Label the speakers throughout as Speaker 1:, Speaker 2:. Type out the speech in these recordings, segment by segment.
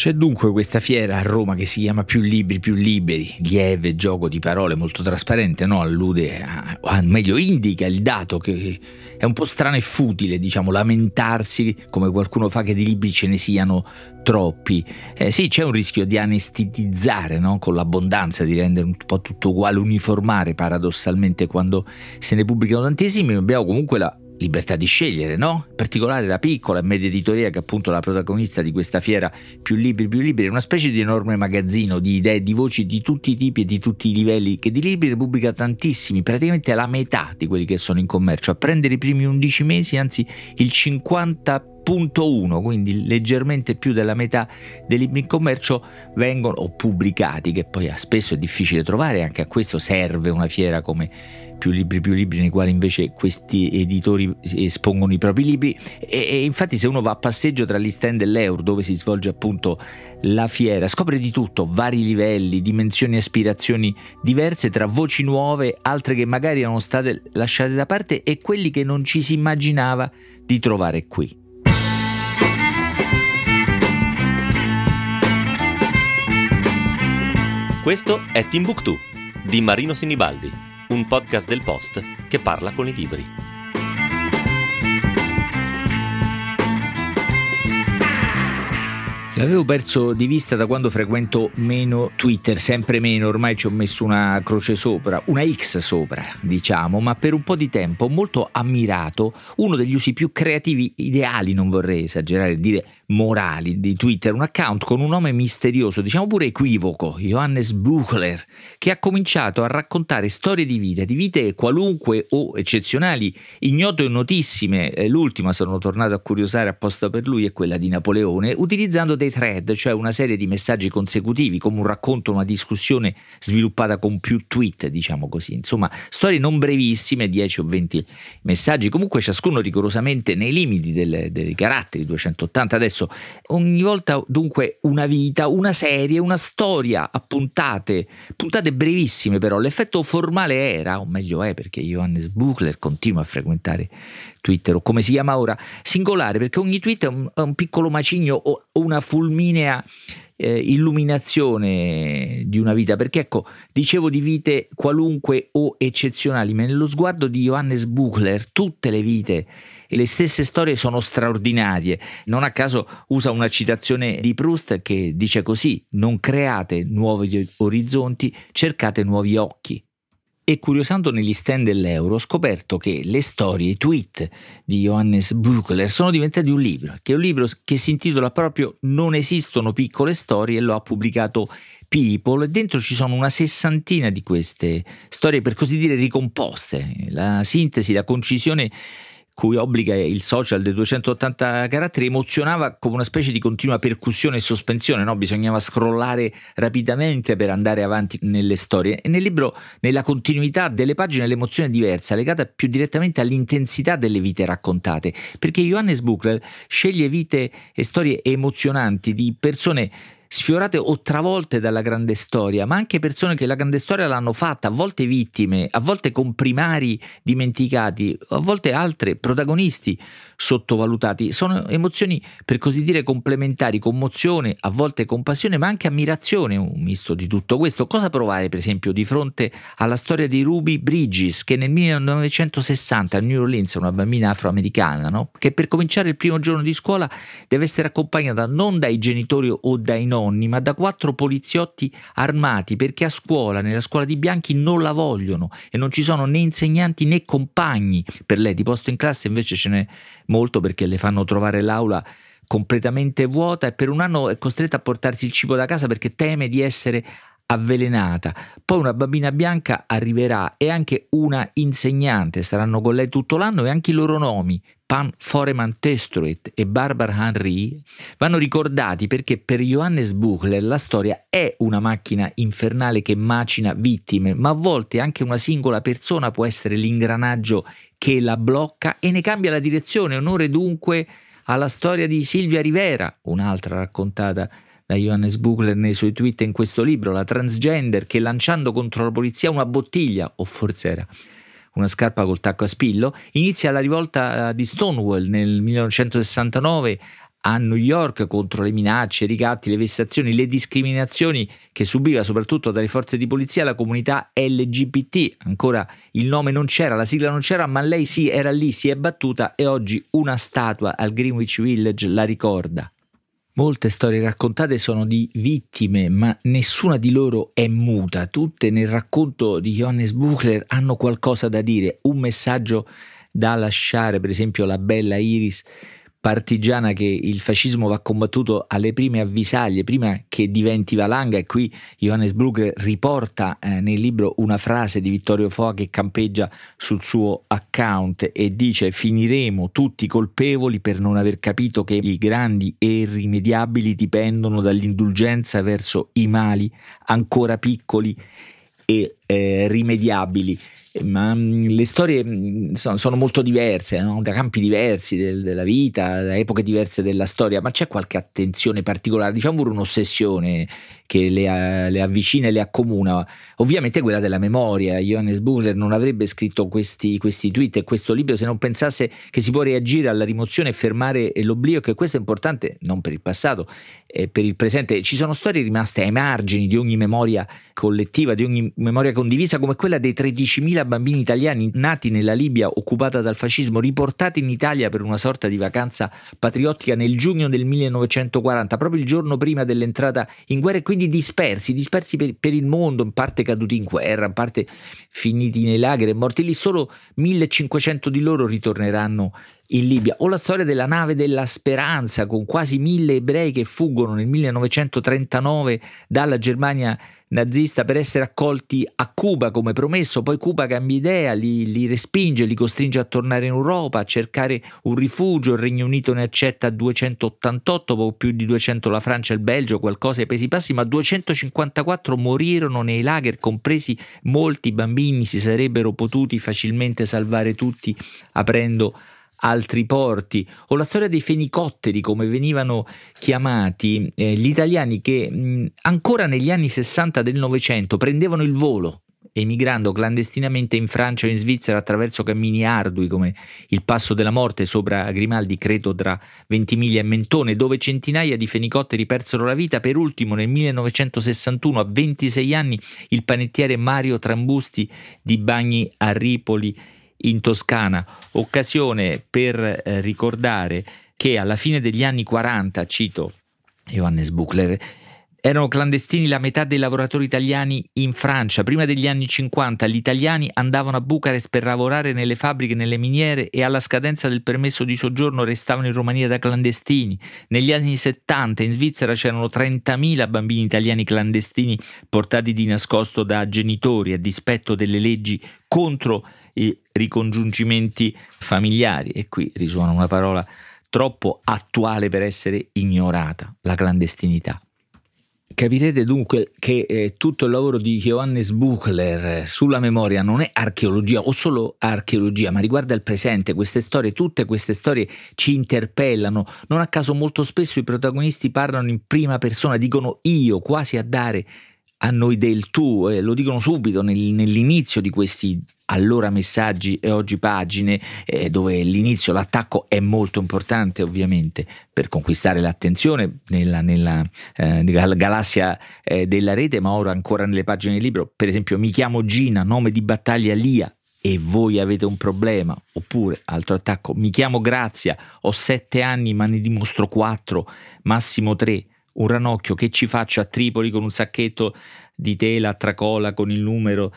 Speaker 1: C'è dunque questa fiera a Roma che si chiama Più Libri Più Liberi, lieve gioco di parole molto trasparente, no? Allude meglio indica il dato che è un po' strano e futile, diciamo, lamentarsi come qualcuno fa che di libri ce ne siano troppi. Sì, c'è un rischio di anestetizzare, no? Con l'abbondanza, di rendere un po' tutto uguale, uniformare paradossalmente quando se ne pubblicano tantissimi. Abbiamo comunque la libertà di scegliere, no? In particolare la piccola e media editoria, che è appunto la protagonista di questa fiera Più Libri, una specie di enorme magazzino di idee, di voci di tutti i tipi e di tutti i livelli, che di libri ne pubblica tantissimi, praticamente la metà di quelli che sono in commercio, a prendere i primi 11 mesi, anzi il 50,1, quindi leggermente più della metà dei libri in commercio vengono o pubblicati, che poi spesso è difficile trovare. Anche a questo serve una fiera come Più Libri, nei quali invece questi editori espongono i propri libri. E infatti, se uno va a passeggio tra gli stand dell'Eur, dove si svolge appunto la fiera, scopre di tutto, vari livelli, dimensioni e aspirazioni diverse, tra voci nuove, altre che magari erano state lasciate da parte e quelli che non ci si immaginava di trovare qui.
Speaker 2: Questo è Timbuktu di Marino Sinibaldi, un podcast del Post che parla con i libri.
Speaker 1: L'avevo perso di vista da quando frequento meno Twitter, sempre meno, ormai ci ho messo una croce sopra, una X sopra, diciamo, ma per un po' di tempo ho molto ammirato uno degli usi più creativi, ideali, non vorrei esagerare, dire morali, di Twitter, un account con un nome misterioso, diciamo pure equivoco, Johannes Buchler, che ha cominciato a raccontare storie di vite qualunque o eccezionali, ignote o notissime. L'ultima, sono tornato a curiosare apposta per lui, è quella di Napoleone, utilizzando dei thread, cioè una serie di messaggi consecutivi, come un racconto, una discussione sviluppata con più tweet, diciamo così. Insomma, storie non brevissime, 10 o 20 messaggi, comunque ciascuno rigorosamente nei limiti dei caratteri, 280 adesso. Ogni volta dunque una vita, una serie, una storia a puntate brevissime. Però l'effetto formale era, o meglio è, perché Johannes Buchler continua a frequentare Twitter, o come si chiama ora, singolare, perché ogni tweet è un piccolo macigno o una fulminea illuminazione di una vita. Perché ecco, dicevo di vite qualunque o eccezionali, ma nello sguardo di Johannes Buchler tutte le vite e le stesse storie sono straordinarie. Non a caso usa una citazione di Proust che dice così: non create nuovi orizzonti, cercate nuovi occhi. E curiosando negli stand dell'Euro ho scoperto che le storie, i tweet di Johannes Buchler sono diventati un libro, che è un libro che si intitola proprio Non esistono piccole storie, e lo ha pubblicato People, e dentro ci sono una sessantina di queste storie, per così dire, ricomposte. La sintesi, la concisione cui obbliga il social dei 280 caratteri emozionava come una specie di continua percussione e sospensione, no? Bisognava scrollare rapidamente per andare avanti nelle storie, e nel libro, nella continuità delle pagine, l'emozione è diversa, legata più direttamente all'intensità delle vite raccontate, perché Johannes Buchler sceglie vite e storie emozionanti di persone sfiorate o travolte dalla grande storia, ma anche persone che la grande storia l'hanno fatta, a volte vittime, a volte comprimari dimenticati, a volte altre protagonisti sottovalutati. Sono emozioni, per così dire, complementari, commozione, a volte compassione, ma anche ammirazione, un misto di tutto questo. Cosa provare, per esempio, di fronte alla storia di Ruby Bridges, che nel 1960 a New Orleans, una bambina afroamericana, no? Che per cominciare il primo giorno di scuola deve essere accompagnata non dai genitori o dai nonni, ma da 4 poliziotti armati, perché a scuola, nella scuola di bianchi, non la vogliono e non ci sono né insegnanti né compagni per lei. Di posto in classe invece ce n'è molto, perché le fanno trovare l'aula completamente vuota e per un anno è costretta a portarsi il cibo da casa perché teme di essere avvelenata. Poi una bambina bianca arriverà e anche una insegnante, saranno con lei tutto l'anno, e anche i loro nomi, Pan Foreman Testruit e Barbara Henry, vanno ricordati, perché per Johannes Buchler la storia è una macchina infernale che macina vittime, ma a volte anche una singola persona può essere l'ingranaggio che la blocca e ne cambia la direzione. Onore dunque alla storia di Silvia Rivera, un'altra raccontata da Johannes Buchler nei suoi tweet in questo libro, la transgender che, lanciando contro la polizia una bottiglia, o forse era una scarpa col tacco a spillo, inizia la rivolta di Stonewall nel 1969 a New York contro le minacce, i ricatti, le vessazioni, le discriminazioni che subiva soprattutto dalle forze di polizia la comunità LGBT. Ancora il nome non c'era, la sigla non c'era, ma lei sì, era lì, si è battuta e oggi una statua al Greenwich Village la ricorda. Molte storie raccontate sono di vittime, ma nessuna di loro è muta. Tutte nel racconto di Johannes Buchler hanno qualcosa da dire, un messaggio da lasciare. Per esempio la bella Iris, partigiana che il fascismo va combattuto alle prime avvisaglie, prima che diventi valanga, e qui Johannes Buchler riporta nel libro una frase di Vittorio Foa che campeggia sul suo account e dice: finiremo tutti colpevoli per non aver capito che i grandi e irrimediabili dipendono dall'indulgenza verso i mali ancora piccoli e rimediabili. Ma le storie sono molto diverse, no? Da campi diversi della vita, da epoche diverse della storia, ma c'è qualche attenzione particolare, diciamo pure un'ossessione che le avvicina e le accomuna, ovviamente quella della memoria. Johannes Buchler non avrebbe scritto questi tweet e questo libro se non pensasse che si può reagire alla rimozione e fermare l'oblio, che questo è importante non per il passato, per il presente. Ci sono storie rimaste ai margini di ogni memoria collettiva, di ogni memoria condivisa, come quella dei 13.000 bambini italiani nati nella Libia occupata dal fascismo, riportati in Italia per una sorta di vacanza patriottica nel giugno del 1940, proprio il giorno prima dell'entrata in guerra, e quindi dispersi per il mondo, in parte caduti in guerra, in parte finiti nei lager e morti lì. Solo 1.500 di loro ritorneranno in Libia. O la storia della nave della Speranza, con quasi 1.000 ebrei che fuggono nel 1939 dalla Germania nazista per essere accolti a Cuba come promesso. Poi Cuba cambia idea, li respinge, li costringe a tornare in Europa, a cercare un rifugio. Il Regno Unito ne accetta 288, poco più di 200 la Francia e il Belgio, qualcosa ai Paesi Bassi, ma 254 morirono nei lager, compresi molti bambini. Si sarebbero potuti facilmente salvare tutti aprendo altri porti. O la storia dei fenicotteri, come venivano chiamati, gli italiani che ancora negli anni 60 del Novecento prendevano il volo emigrando clandestinamente in Francia o in Svizzera attraverso cammini ardui come il Passo della Morte sopra Grimaldi, credo tra Ventimiglia e Mentone, dove centinaia di fenicotteri persero la vita. Per ultimo nel 1961, a 26 anni, il panettiere Mario Trambusti di Bagni a Ripoli in Toscana. Occasione per ricordare che alla fine degli anni 40, cito Johannes Buchler, erano clandestini la metà dei lavoratori italiani in Francia. Prima degli anni 50 gli italiani andavano a Bucarest per lavorare nelle fabbriche, nelle miniere, e alla scadenza del permesso di soggiorno restavano in Romania da clandestini. Negli anni 70 in Svizzera c'erano 30.000 bambini italiani clandestini portati di nascosto da genitori a dispetto delle leggi contro i ricongiungimenti familiari. E qui risuona una parola troppo attuale per essere ignorata: la clandestinità. Capirete dunque che tutto il lavoro di Johannes Buchler sulla memoria non è archeologia o solo archeologia, ma riguarda il presente. Queste storie, tutte queste storie ci interpellano. Non a caso molto spesso i protagonisti parlano in prima persona, dicono io, quasi a dare a noi del tu, lo dicono subito nell'inizio di questi allora messaggi e oggi pagine, dove l'inizio, l'attacco è molto importante ovviamente per conquistare l'attenzione nella galassia della rete, ma ora ancora nelle pagine del libro. Per esempio, mi chiamo Gina, nome di battaglia Lia, e voi avete un problema. Oppure, altro attacco, mi chiamo Grazia, ho 7 anni ma ne dimostro 4, massimo 3. Un ranocchio, che ci faccio a Tripoli con un sacchetto di tela a tracolla con il numero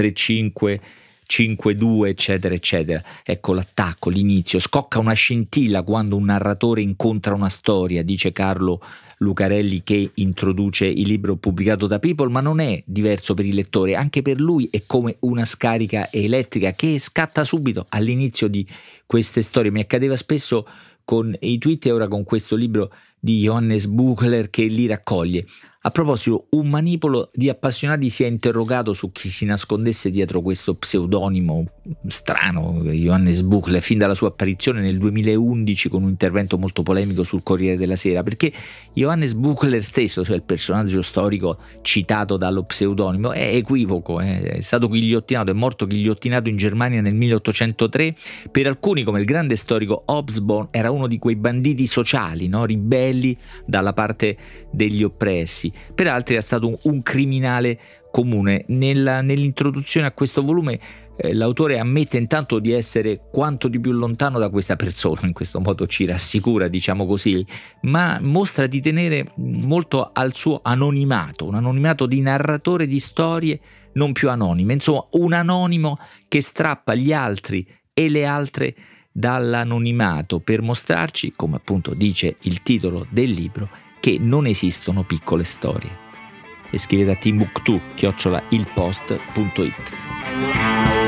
Speaker 1: 3552, eccetera eccetera. Ecco l'attacco, l'inizio. Scocca una scintilla quando un narratore incontra una storia, dice Carlo Lucarelli, che introduce il libro pubblicato da People, ma non è diverso per il lettore. Anche per lui è come una scarica elettrica che scatta subito all'inizio di queste storie. Mi accadeva spesso con i tweet e ora con questo libro di Johannes Buchler che li raccoglie. A proposito, un manipolo di appassionati si è interrogato su chi si nascondesse dietro questo pseudonimo strano, Johannes Buchler, fin dalla sua apparizione nel 2011 con un intervento molto polemico sul Corriere della Sera, perché Johannes Buchler stesso, cioè il personaggio storico citato dallo pseudonimo, è equivoco, è stato ghigliottinato, è morto ghigliottinato in Germania nel 1803. Per alcuni, come il grande storico Hobsbawm, era uno di quei banditi sociali, no? Ribelli dalla parte degli oppressi. Per altri è stato un criminale comune. Nell'introduzione a questo volume l'autore ammette intanto di essere quanto di più lontano da questa persona, in questo modo ci rassicura, diciamo così, ma mostra di tenere molto al suo anonimato, un anonimato di narratore di storie non più anonime, insomma un anonimo che strappa gli altri e le altre dall'anonimato per mostrarci, come appunto dice il titolo del libro, che non esistono piccole storie. E scrivete a Timbuktu@ilpost.it.